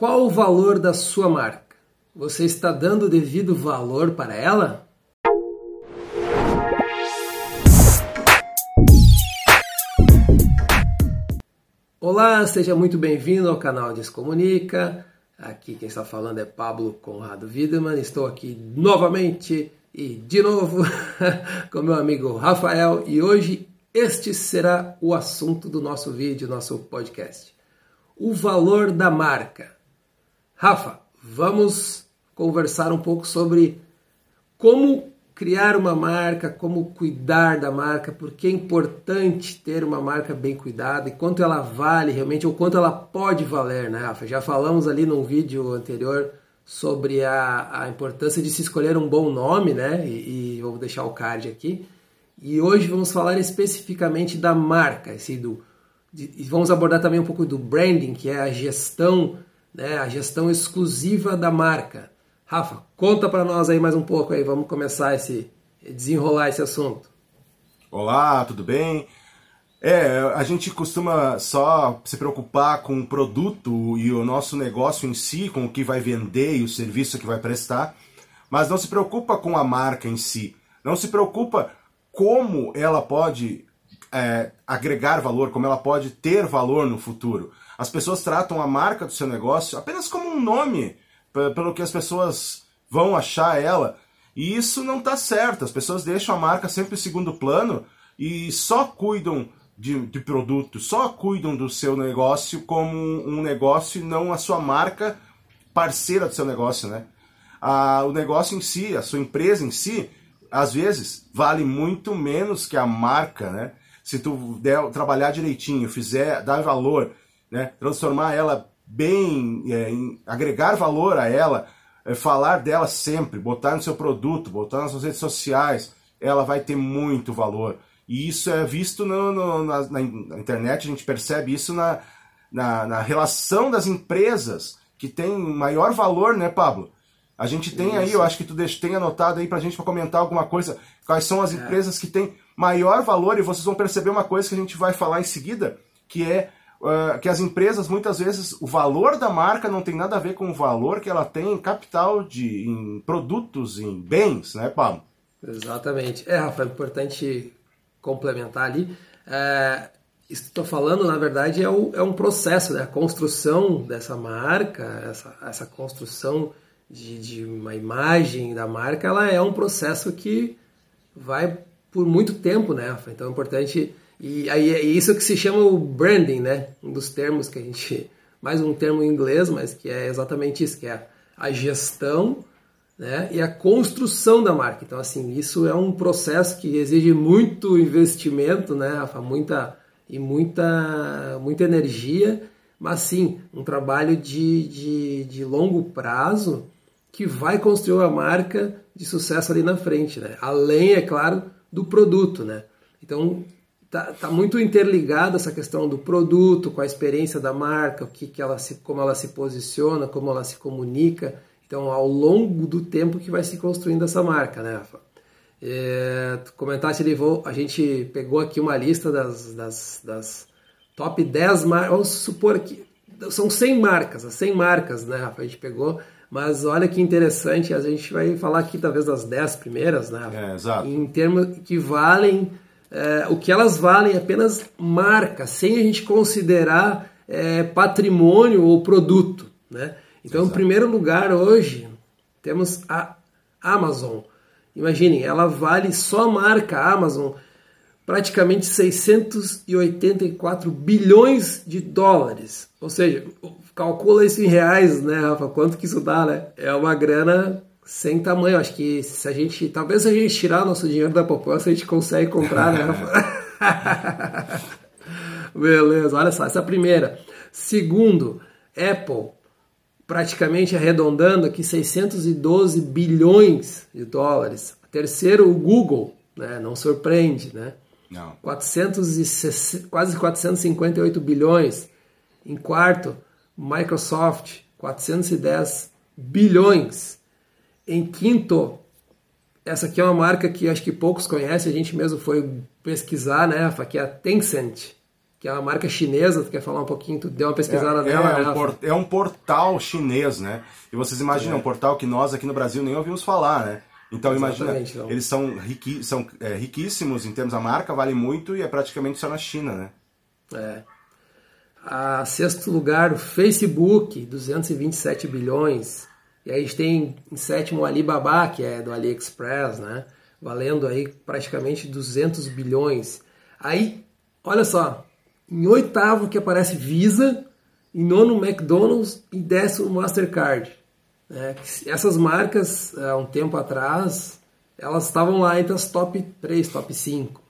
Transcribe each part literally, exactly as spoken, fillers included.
Qual o valor da sua marca? Você está dando o devido valor para ela? Olá, seja muito bem-vindo ao canal Descomunica. Aqui quem está falando é Pablo Conrado Wiedemann. Estou aqui novamente e de novo com meu amigo Rafael e hoje este será o assunto do nosso vídeo, nosso podcast. O valor da marca. Rafa, vamos conversar um pouco sobre como criar uma marca, como cuidar da marca, porque é importante ter uma marca bem cuidada e quanto ela vale realmente, ou quanto ela pode valer, né, Rafa? Já falamos ali num vídeo anterior sobre a, a importância de se escolher um bom nome, né, e, e vou deixar o card aqui. E hoje vamos falar especificamente da marca, esse do, de, e vamos abordar também um pouco do branding, que é a gestão, né, a gestão exclusiva da marca. Rafa, conta para nós aí mais um pouco, aí vamos começar esse desenrolar esse assunto. Olá, tudo bem? É, a gente costuma só se preocupar com o produto e o nosso negócio em si, com o que vai vender e o serviço que vai prestar, mas não se preocupa com a marca em si, não se preocupa como ela pode é, agregar valor, como ela pode ter valor no futuro. As pessoas tratam a marca do seu negócio apenas como um nome, pelo que as pessoas vão achar ela, e isso não está certo. As pessoas deixam a marca sempre em segundo plano e só cuidam de, de produto, só cuidam do seu negócio como um negócio e não a sua marca parceira do seu negócio, né? Ah, o negócio em si, a sua empresa em si, às vezes, vale muito menos que a marca, né? Se tu der, trabalhar direitinho, fizer, dar valor, né? Transformar ela bem, é, em, agregar valor a ela, é, falar dela sempre, botar no seu produto, botar nas suas redes sociais, ela vai ter muito valor. E isso é visto no, no, na, na internet, a gente percebe isso na, na, na relação das empresas que tem maior valor, né, Pablo? A gente tem isso. Aí, eu acho que tu tem anotado aí pra gente pra comentar alguma coisa, quais são as é. empresas que têm maior valor, e vocês vão perceber uma coisa que a gente vai falar em seguida, que é uh, que as empresas, muitas vezes, o valor da marca não tem nada a ver com o valor que ela tem em capital, de, em produtos, em bens, né, Pablo? Exatamente. É, Rafa, é importante complementar ali. É, isso que estou falando, na verdade, é, o, é um processo, né? A construção dessa marca, essa, essa construção De, de uma imagem da marca, ela é um processo que vai por muito tempo, né? Então é importante, e aí é isso que se chama o branding, né? Um dos termos que a gente, mais um termo em inglês, mas que é exatamente isso, que é a gestão, né? E a construção da marca. Então assim, isso é um processo que exige muito investimento, né, Rafa? Muita, e muita, muita energia, mas sim, um trabalho de, de, de longo prazo, que vai construir uma marca de sucesso ali na frente, né? Além, é claro, do produto, né? Então, tá, tá muito interligada essa questão do produto com a experiência da marca, o que, que ela se, como ela se posiciona, como ela se comunica. Então, ao longo do tempo que vai se construindo essa marca, né, Rafa? É, tu comentaste ali, vou, a gente pegou aqui uma lista das, das, das top dez marcas, vamos supor que são cem marcas, as cem marcas, né, Rafa? A gente pegou. Mas olha que interessante, a gente vai falar aqui talvez das dez primeiras, né? É, exato. Em termos que valem, é, o que elas valem é apenas marca, sem a gente considerar é, patrimônio ou produto, né? Então, exato. Em primeiro lugar hoje, temos a Amazon. Imaginem, ela vale só a marca Amazon praticamente seiscentos e oitenta e quatro bilhões de dólares. Ou seja, calcula isso em reais, né, Rafa? Quanto que isso dá, né? É uma grana sem tamanho. Acho que se a gente, talvez se a gente tirar nosso dinheiro da poupança, a gente consegue comprar, né, Rafa? Beleza, olha só, essa é a primeira. Segundo, Apple, praticamente arredondando aqui seiscentos e doze bilhões de dólares. Terceiro, o Google, né? Não surpreende, né? Não. quatrocentos e sessenta, quase quatrocentos e cinquenta e oito bilhões. Em quarto, Microsoft, quatrocentos e dez bilhões. Em quinto, essa aqui é uma marca que acho que poucos conhecem, a gente mesmo foi pesquisar, né, que é a Tencent. que é uma marca chinesa. Tu quer falar um pouquinho? Tu deu uma pesquisada é, nela, é, né? um por, é um portal chinês, né? E vocês imaginam, é. um portal que nós aqui no Brasil nem ouvimos falar, né? Então imagina, então. eles são, riqui, são é, riquíssimos em termos da marca, vale muito e é praticamente só na China, né? É. A sexto lugar, o Facebook, duzentos e vinte e sete bilhões. E aí a gente tem em sétimo o Alibaba, que é do AliExpress, né? Valendo aí praticamente duzentos bilhões. Aí, olha só, em oitavo que aparece Visa, em nono McDonald's e décimo Mastercard. Né? Essas marcas, há um tempo atrás, elas estavam lá entre as top três, top cinco.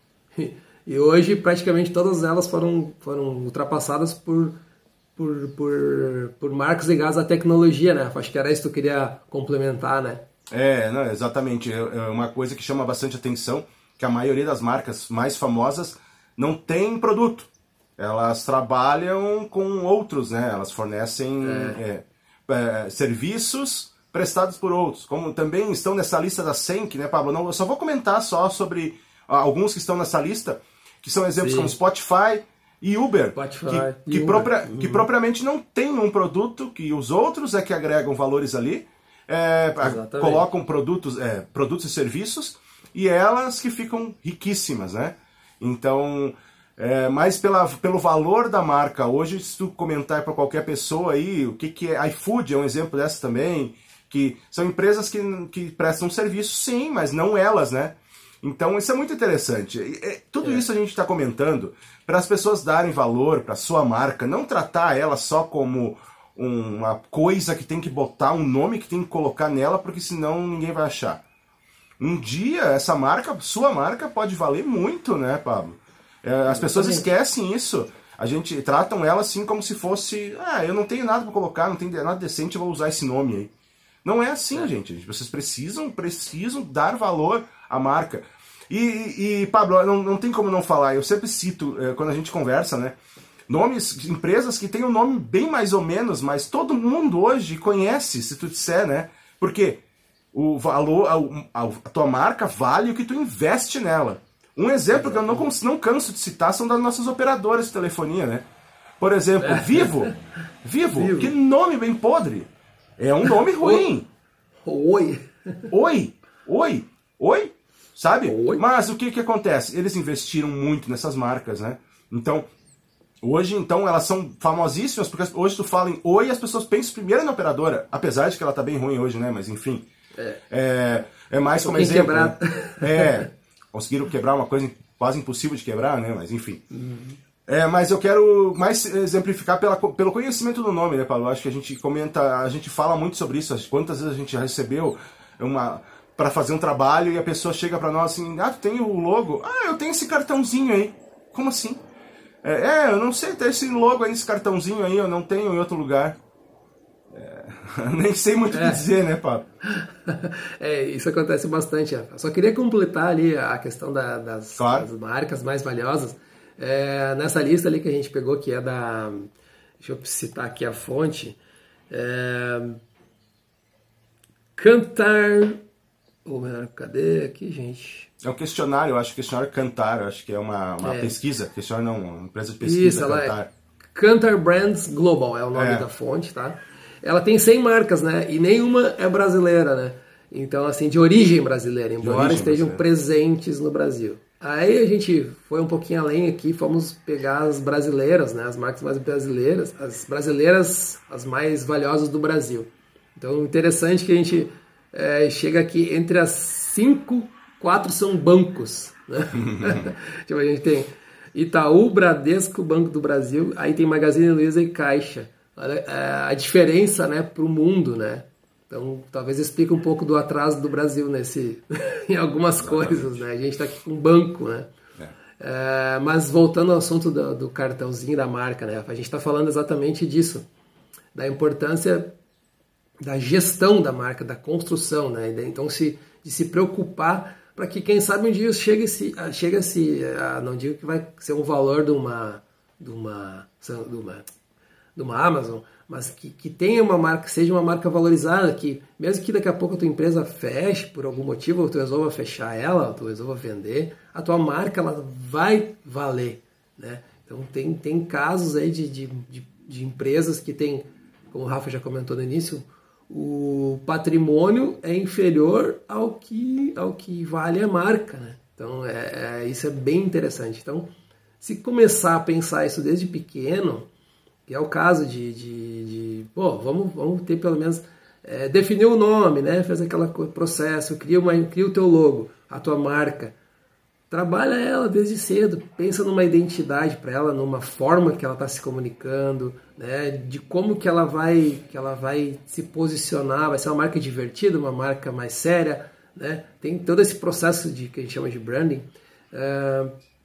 E hoje praticamente todas elas foram, foram ultrapassadas por, por, por, por marcas ligadas à tecnologia, né? Acho que era isso que tu queria complementar, né? É, não, exatamente. É uma coisa que chama bastante atenção, que a maioria das marcas mais famosas não tem produto. Elas trabalham com outros, né? Elas fornecem é. É, é, serviços prestados por outros. Como também estão nessa lista da Senc, né, Pablo? Não, eu só vou comentar só sobre alguns que estão nessa lista, que são exemplos Sim. como Spotify e Uber, Spotify, que, e que, Uber. Propria, uhum. que propriamente não tem um produto, que os outros é que agregam valores ali, é, colocam produtos, é, produtos e serviços, e elas que ficam riquíssimas, né? Então, é, mas pela, pelo valor da marca, hoje, se tu comentar para qualquer pessoa aí, o que, que é iFood, é um exemplo dessa também, que são empresas que, que prestam serviço, sim, mas não elas, né? Então isso é muito interessante. Tudo é. isso a gente está comentando para as pessoas darem valor para a sua marca, não tratar ela só como uma coisa que tem que botar, um nome que tem que colocar nela, porque senão ninguém vai achar. Um dia essa marca, sua marca, pode valer muito, né, Pablo? As pessoas esquecem isso. A gente tratam ela assim como se fosse, ah, eu não tenho nada para colocar, não tenho nada decente, eu vou usar esse nome aí. Não é assim, é. gente. Vocês precisam, precisam dar valor à marca. E, e, e Pablo, não, não tem como não falar, eu sempre cito, é, quando a gente conversa, né? Nomes, empresas que têm um nome bem mais ou menos, mas todo mundo hoje conhece, se tu disser, né? Porque o valor, a, a, a tua marca vale o que tu investe nela. Um exemplo que eu não, não canso de citar são das nossas operadoras de telefonia, né? Por exemplo, Vivo. Vivo, Vivo. Que nome bem podre. É um nome ruim. Oi. Oi. Oi. Oi. Sabe? Oi. Mas o que que acontece? Eles investiram muito nessas marcas, né? Então, hoje, então, elas são famosíssimas, porque hoje tu fala em Oi e as pessoas pensam primeiro na operadora, apesar de que ela tá bem ruim hoje, né? Mas enfim. É, é, é mais como exemplo. Quebrar. É, conseguiram quebrar uma coisa quase impossível de quebrar, né? Mas enfim. Uhum. É, mas eu quero mais exemplificar pela, pelo conhecimento do nome, né, Paulo? Acho que a gente comenta, a gente fala muito sobre isso. Quantas vezes a gente já recebeu uma para fazer um trabalho e a pessoa chega para nós assim, ah, tu tem o logo? Ah, eu tenho esse cartãozinho aí. Como assim? É, é eu não sei, tem esse logo aí, esse cartãozinho aí, eu não tenho em outro lugar. É, nem sei muito o é. que dizer, né, Pablo? É, isso acontece bastante. Eu só queria completar ali a questão da, das, claro. das marcas mais valiosas. É, nessa lista ali que a gente pegou, que é da... Deixa eu citar aqui a fonte. É, Kantar... Ou melhor, cadê aqui, gente? É um questionário, eu acho, questionário Kantar, eu acho que é uma, uma é. pesquisa. Questionário não, uma empresa de pesquisa. Isso, ela Kantar. É Kantar Brands Global, é o nome é. da fonte, tá? Ela tem cem marcas, né? E nenhuma é brasileira, né? Então, assim, de origem brasileira, embora origem estejam brasileira. presentes no Brasil. Aí a gente foi um pouquinho além aqui, fomos pegar as brasileiras, né? As marcas mais brasileiras, as brasileiras, as mais valiosas do Brasil. Então, interessante que a gente é, chega aqui entre as cinco, quatro são bancos, né? Tipo, a gente tem Itaú, Bradesco, Banco do Brasil, aí tem Magazine Luiza e Caixa. Olha a diferença, né, para o mundo, né? Então, talvez explique um pouco do atraso do Brasil nesse, em algumas Exatamente. coisas, né? A gente está aqui com um banco, né? É. É, mas voltando ao assunto do, do cartãozinho da marca, né? A gente está falando exatamente disso, da importância da gestão da marca, da construção, né? Então, se, de se preocupar para que, quem sabe, um dia chegue-se, chegue-se a, não digo que vai ser um valor de uma, de uma, de uma, de uma Amazon, mas que, que tenha uma marca, seja uma marca valorizada, que mesmo que daqui a pouco a tua empresa feche por algum motivo, ou tu resolva fechar ela, ou tu resolva vender, a tua marca ela vai valer, né? Então tem, tem casos aí de, de, de, de empresas que tem, como o Rafa já comentou no início, o patrimônio é inferior ao que, ao que vale a marca, né? Então é, é, isso é bem interessante. Então, se começar a pensar isso desde pequeno, que é o caso de, de, de pô, vamos, vamos ter pelo menos, é, definir o nome, né? Faz aquele processo, cria, uma, cria o teu logo, a tua marca. Trabalha ela desde cedo, pensa numa identidade para ela, numa forma que ela está se comunicando, né? De como que ela, vai, que ela vai se posicionar, vai ser uma marca divertida, uma marca mais séria, né? Tem todo esse processo de, que a gente chama de branding. Uh,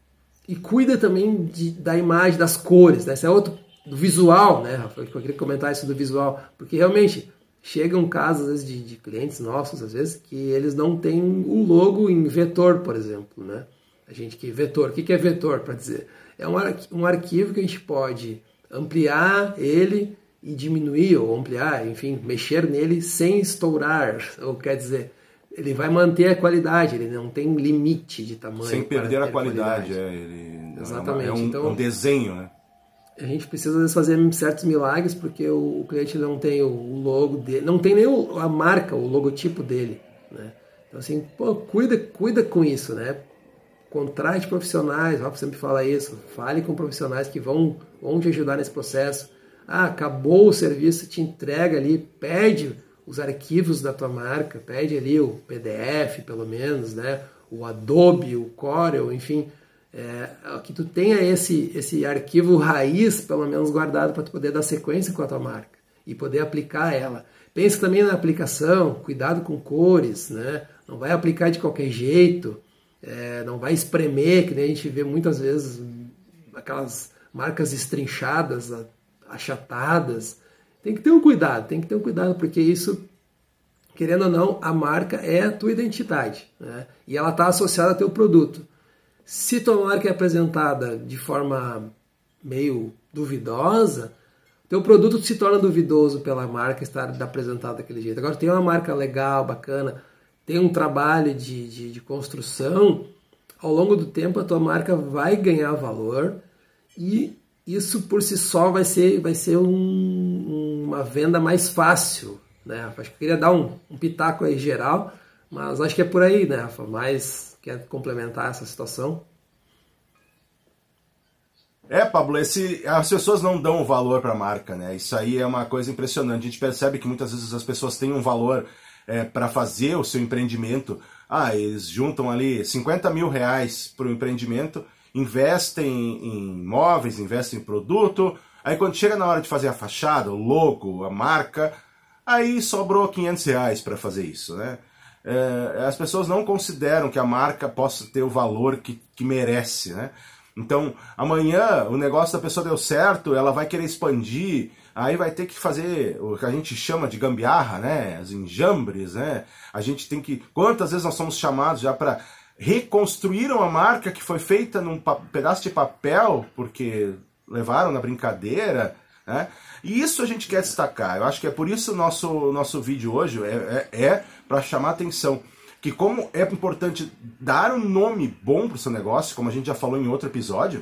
e cuida também de, da imagem, das cores, né? Esse é outro, do visual, né, Rafa? Eu queria comentar isso do visual, porque realmente chegam casos às vezes, de, de clientes nossos, às vezes, que eles não têm um logo em vetor, por exemplo, né? A gente que vetor, o que é vetor para dizer? É um, arqu um arquivo que a gente pode ampliar ele e diminuir, ou ampliar, enfim, mexer nele sem estourar, ou quer dizer, ele vai manter a qualidade, ele não tem limite de tamanho. Sem perder a qualidade, qualidade. É, ele, exatamente. É, uma, é um, então, um desenho, né? A gente precisa às vezes fazer certos milagres porque o, o cliente não tem o logo dele, não tem nem o, a marca, o logotipo dele, né? Então assim, pô, cuida, cuida com isso, né? Contrate profissionais, ó, sempre fala isso, fale com profissionais que vão, vão te ajudar nesse processo. Ah, acabou o serviço, te entrega ali, pede os arquivos da tua marca, pede ali o P D F pelo menos, né? O Adobe, o Corel, enfim, é, que tu tenha esse, esse arquivo raiz pelo menos guardado para tu poder dar sequência com a tua marca e poder aplicar ela. Pensa também na aplicação, cuidado com cores, né? Não vai aplicar de qualquer jeito. É, não vai espremer, que nem a gente vê muitas vezes aquelas marcas estrinchadas, achatadas. Tem que ter um cuidado, tem que ter um cuidado, porque isso, querendo ou não, a marca é a tua identidade, né? E ela está associada ao teu produto. Se tua marca é apresentada de forma meio duvidosa, teu produto se torna duvidoso pela marca estar apresentado daquele jeito. Agora, tem uma marca legal, bacana, tem um trabalho de, de, de construção, ao longo do tempo a tua marca vai ganhar valor e isso por si só vai ser, vai ser um, uma venda mais fácil, né, Rafa? Acho que eu queria dar um, um pitaco aí geral, mas acho que é por aí, né, Rafa? Mas quer complementar essa situação? É, Pablo, esse, as pessoas não dão valor para a marca, né? Isso aí é uma coisa impressionante. A gente percebe que muitas vezes as pessoas têm um valor É, para fazer o seu empreendimento. Ah, eles juntam ali cinquenta mil reais para o empreendimento, investem em imóveis, investem em produto, aí quando chega na hora de fazer a fachada, o logo, a marca, aí sobrou quinhentos reais para fazer isso, né? É, as pessoas não consideram que a marca possa ter o valor que, que merece, né? Então, amanhã o negócio da pessoa deu certo, ela vai querer expandir, aí vai ter que fazer o que a gente chama de gambiarra, né? As enjambres, né? A gente tem que... Quantas vezes nós somos chamados já para reconstruir uma marca que foi feita num pedaço de papel, porque levaram na brincadeira, né? E isso a gente quer destacar. Eu acho que é por isso o nosso, nosso vídeo hoje é, é, é para chamar a atenção. Que como é importante dar um nome bom para o seu negócio, como a gente já falou em outro episódio,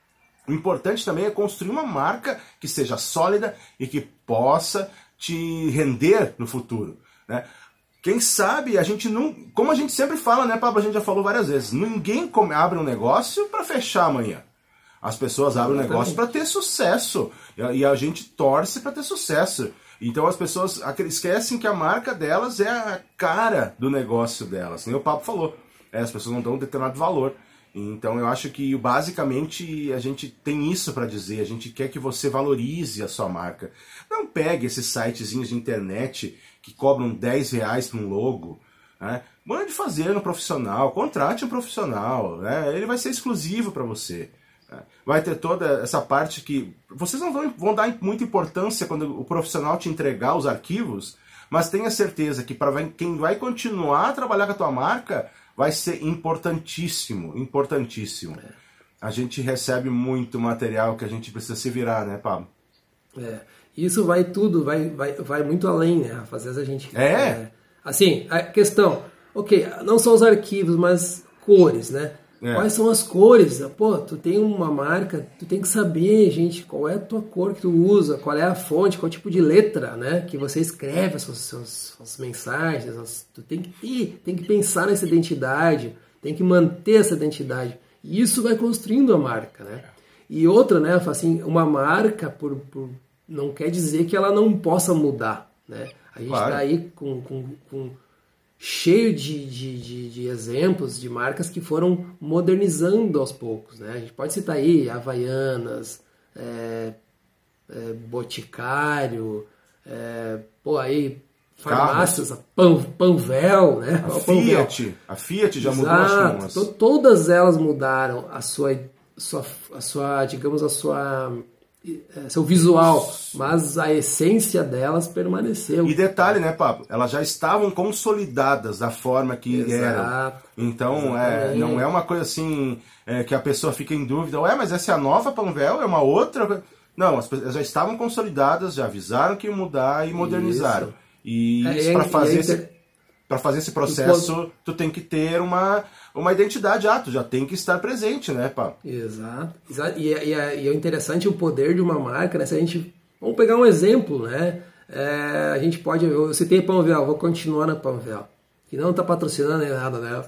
o importante também é construir uma marca que seja sólida e que possa te render no futuro, né? Quem sabe a gente não... Como a gente sempre fala, né, Pablo? A gente já falou várias vezes. Ninguém abre um negócio para fechar amanhã. As pessoas abrem um negócio para ter sucesso. E a gente torce para ter sucesso. Então as pessoas esquecem que a marca delas é a cara do negócio delas. Nem o Pablo falou. É, as pessoas não dão um determinado valor. Então eu acho que basicamente a gente tem isso para dizer, a gente quer que você valorize a sua marca. Não pegue esses sitezinhos de internet que cobram dez reais para um logo, né? Mande fazer no profissional, contrate um profissional, né? Ele vai ser exclusivo para você. Né? Vai ter toda essa parte que vocês não vão, vão dar muita importância quando o profissional te entregar os arquivos, mas tenha certeza que para quem vai continuar a trabalhar com a tua marca, vai ser importantíssimo, importantíssimo. É. A gente recebe muito material que a gente precisa se virar, né, Pablo? É, isso vai tudo, vai, vai, vai muito além, né, Rafa? Às vezes a gente... É? é assim, a questão, ok, não só os arquivos, mas cores, né? É. Quais são as cores? Pô, tu tem uma marca, tu tem que saber, gente, qual é a tua cor que tu usa, qual é a fonte, qual é o tipo de letra, né, que você escreve as suas, suas, suas mensagens. As, tu tem que ter, tem que pensar nessa identidade, tem que manter essa identidade. E isso vai construindo a marca, né? E outra, né, assim, uma marca por, por, não quer dizer que ela não possa mudar, né? A gente está claro. aí com... com, com cheio de, de, de, de exemplos de marcas que foram modernizando aos poucos, né? A gente pode citar aí Havaianas, é, é, Boticário, é, pô, aí farmácias, a Pan, Panvel, né? A Fiat, a Fiat já mudou as umas. Todas elas mudaram a sua, sua, a sua, digamos, a sua... seu visual, mas a essência delas permaneceu. E detalhe, né, Pablo? Elas já estavam consolidadas da forma que Exato. eram. Então, é, não é uma coisa assim é, que a pessoa fica em dúvida. Ué, mas essa é a nova Panvel? É uma outra? Não, as pessoas já estavam consolidadas, já avisaram que iam mudar e modernizaram. Isso. E é, para fazer, inter... esse, para fazer esse processo, tu tem que ter uma... uma identidade, ah, tu já tem que estar presente, né, Pablo? Exato. Exato. E, e, e é interessante o poder de uma marca, né? Se a gente... Vamos pegar um exemplo, né? É, a gente pode... Eu citei Panvel, vou continuar na Panvel. Que não está patrocinando nem nada, né?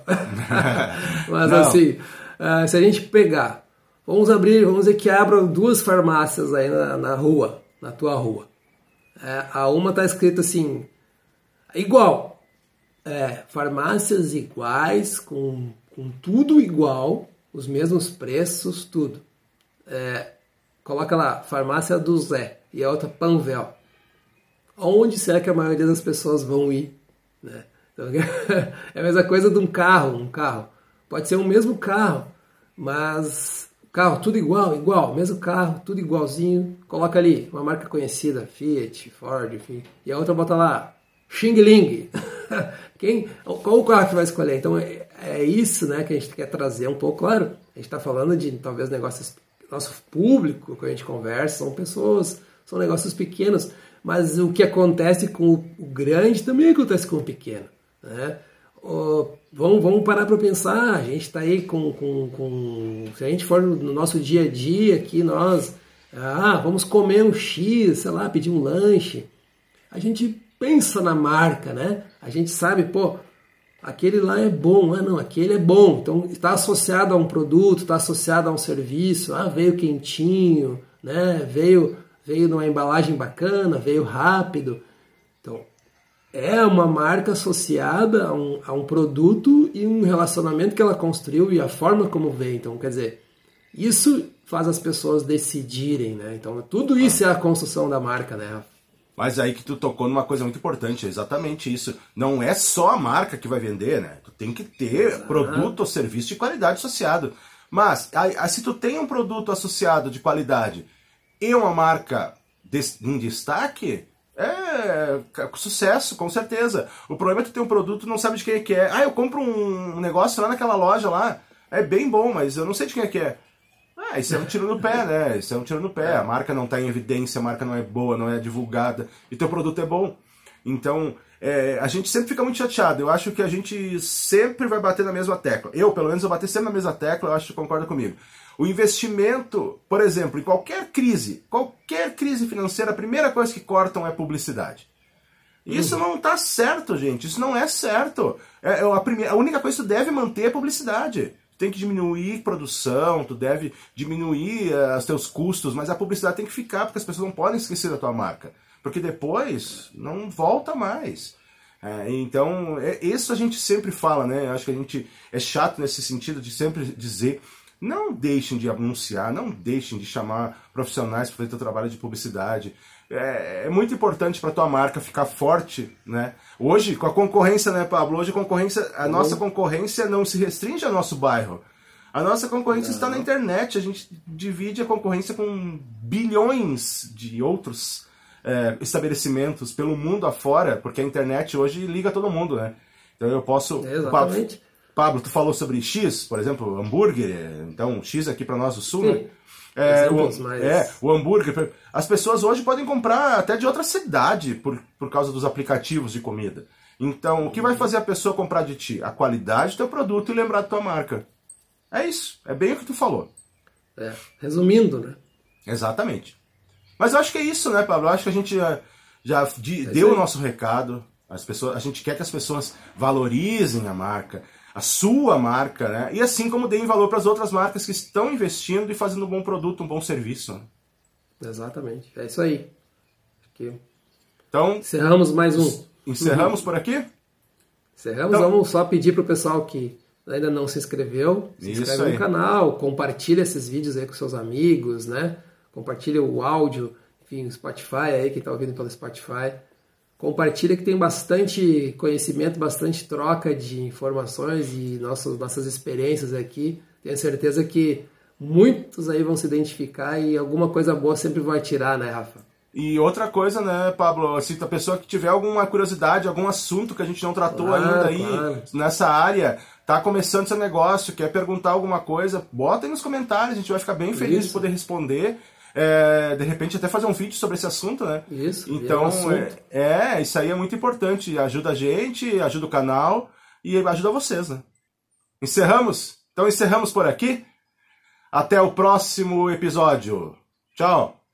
Mas não. assim, uh, se a gente pegar... Vamos abrir, vamos dizer que abram duas farmácias aí na, na rua, na tua rua. É, a uma está escrito assim, igual... É, farmácias iguais, com, com tudo igual, os mesmos preços, tudo. É, coloca lá, farmácia do Zé e a outra Panvel. Onde será que a maioria das pessoas vão ir? Né? Então, é a mesma coisa de um carro, um carro. Pode ser o mesmo carro, mas carro tudo igual, igual, mesmo carro, tudo igualzinho. Coloca ali uma marca conhecida, Fiat, Ford, enfim, e a outra bota lá, Xing Ling. Quem, qual o carro que vai escolher? Então é, é isso, né, que a gente quer trazer um pouco. Claro, a gente está falando de talvez negócios, nosso público que a gente conversa são pessoas, são negócios pequenos, mas o que acontece com o, o grande também acontece com o pequeno, né? Oh, vamos, vamos parar para pensar. A gente está aí com, com, com se a gente for no nosso dia a dia aqui, nós ah, vamos comer um X, sei lá, pedir um lanche, a gente pensa na marca, né? A gente sabe, pô, aquele lá é bom, ah não, aquele é bom, então está associado a um produto, está associado a um serviço, ah, veio quentinho, né? Veio, veio numa embalagem bacana, veio rápido. Então, é uma marca associada a um, a um produto e um relacionamento que ela construiu e a forma como veio. Então, quer dizer, isso faz as pessoas decidirem, né? Então, tudo isso é a construção da marca, né? Mas aí que tu tocou numa coisa muito importante, é exatamente isso. Não é só a marca que vai vender, né? Tu tem que ter Exato. produto ou serviço de qualidade associado. Mas, aí, se tu tem um produto associado de qualidade e uma marca em destaque, é sucesso, com certeza. O problema é que tu tem um produto e não sabe de quem é que é. Ah, eu compro um negócio lá naquela loja lá, é bem bom, mas eu não sei de quem é que é. Ah, isso é um tiro no pé, né? Isso é um tiro no pé. A marca não está em evidência, a marca não é boa, não é divulgada, e teu produto é bom. Então, é, a gente sempre fica muito chateado. Eu acho que a gente sempre vai bater na mesma tecla. Eu, pelo menos, eu bater sempre na mesma tecla, eu acho que tu concorda comigo. O investimento, por exemplo, em qualquer crise, qualquer crise financeira, a primeira coisa que cortam é publicidade. Isso uhum. não está certo, gente. Isso não é certo. É, a, primeira, a única coisa que tu deve manter é publicidade. Tu tem que diminuir produção, tu deve diminuir uh, os teus custos, mas a publicidade tem que ficar, porque as pessoas não podem esquecer da tua marca. Porque depois não volta mais. É, então, é, isso a gente sempre fala, né? Eu acho que a gente é chato nesse sentido de sempre dizer: não deixem de anunciar, não deixem de chamar profissionais para fazer o trabalho de publicidade. É, é muito importante para a tua marca ficar forte, né? Hoje, com a concorrência, né, Pablo? Hoje a concorrência, a nossa concorrência não se restringe ao nosso bairro. A nossa concorrência não. está na internet. A gente divide a concorrência com bilhões de outros é, estabelecimentos pelo mundo afora, porque a internet hoje liga todo mundo, né? Então eu posso... É, exatamente. Pablo, tu falou sobre X, por exemplo, hambúrguer. Então, X aqui para nós do Sul, Sim. né? É, o, mais... é, o hambúrguer. As pessoas hoje podem comprar até de outra cidade por, por causa dos aplicativos de comida. Então, o que vai fazer a pessoa comprar de ti? A qualidade do teu produto e lembrar da tua marca. É isso, é bem o que tu falou. É, resumindo, né? Exatamente. Mas eu acho que é isso, né, Pablo? Eu acho que a gente já, já de, é deu o nosso recado. As pessoas, a gente quer que as pessoas valorizem a marca, a sua marca, né? E assim como deem valor para as outras marcas que estão investindo e fazendo um bom produto, um bom serviço. Né? Exatamente. É isso aí. Aqui. Então, encerramos mais um. Encerramos uhum. por aqui? Encerramos. Então, vamos só pedir para o pessoal que ainda não se inscreveu, se inscreve aí no canal, compartilha esses vídeos aí com seus amigos, né? Compartilha o áudio, enfim, o Spotify aí, que está ouvindo pelo Spotify. Compartilha que tem bastante conhecimento, bastante troca de informações e nossas, nossas experiências aqui. Tenho certeza que muitos aí vão se identificar e alguma coisa boa sempre vai tirar, né, Rafa? E outra coisa, né, Pablo, se a pessoa que tiver alguma curiosidade, algum assunto que a gente não tratou claro, ainda aí claro. nessa área, tá começando seu negócio, quer perguntar alguma coisa, bota aí nos comentários, a gente vai ficar bem feliz Isso. de poder responder. É, de repente até fazer um vídeo sobre esse assunto, né? Isso. Então, é, é, isso aí é muito importante. Ajuda a gente, ajuda o canal e ajuda vocês, né? Encerramos? Então encerramos por aqui. Até o próximo episódio. Tchau!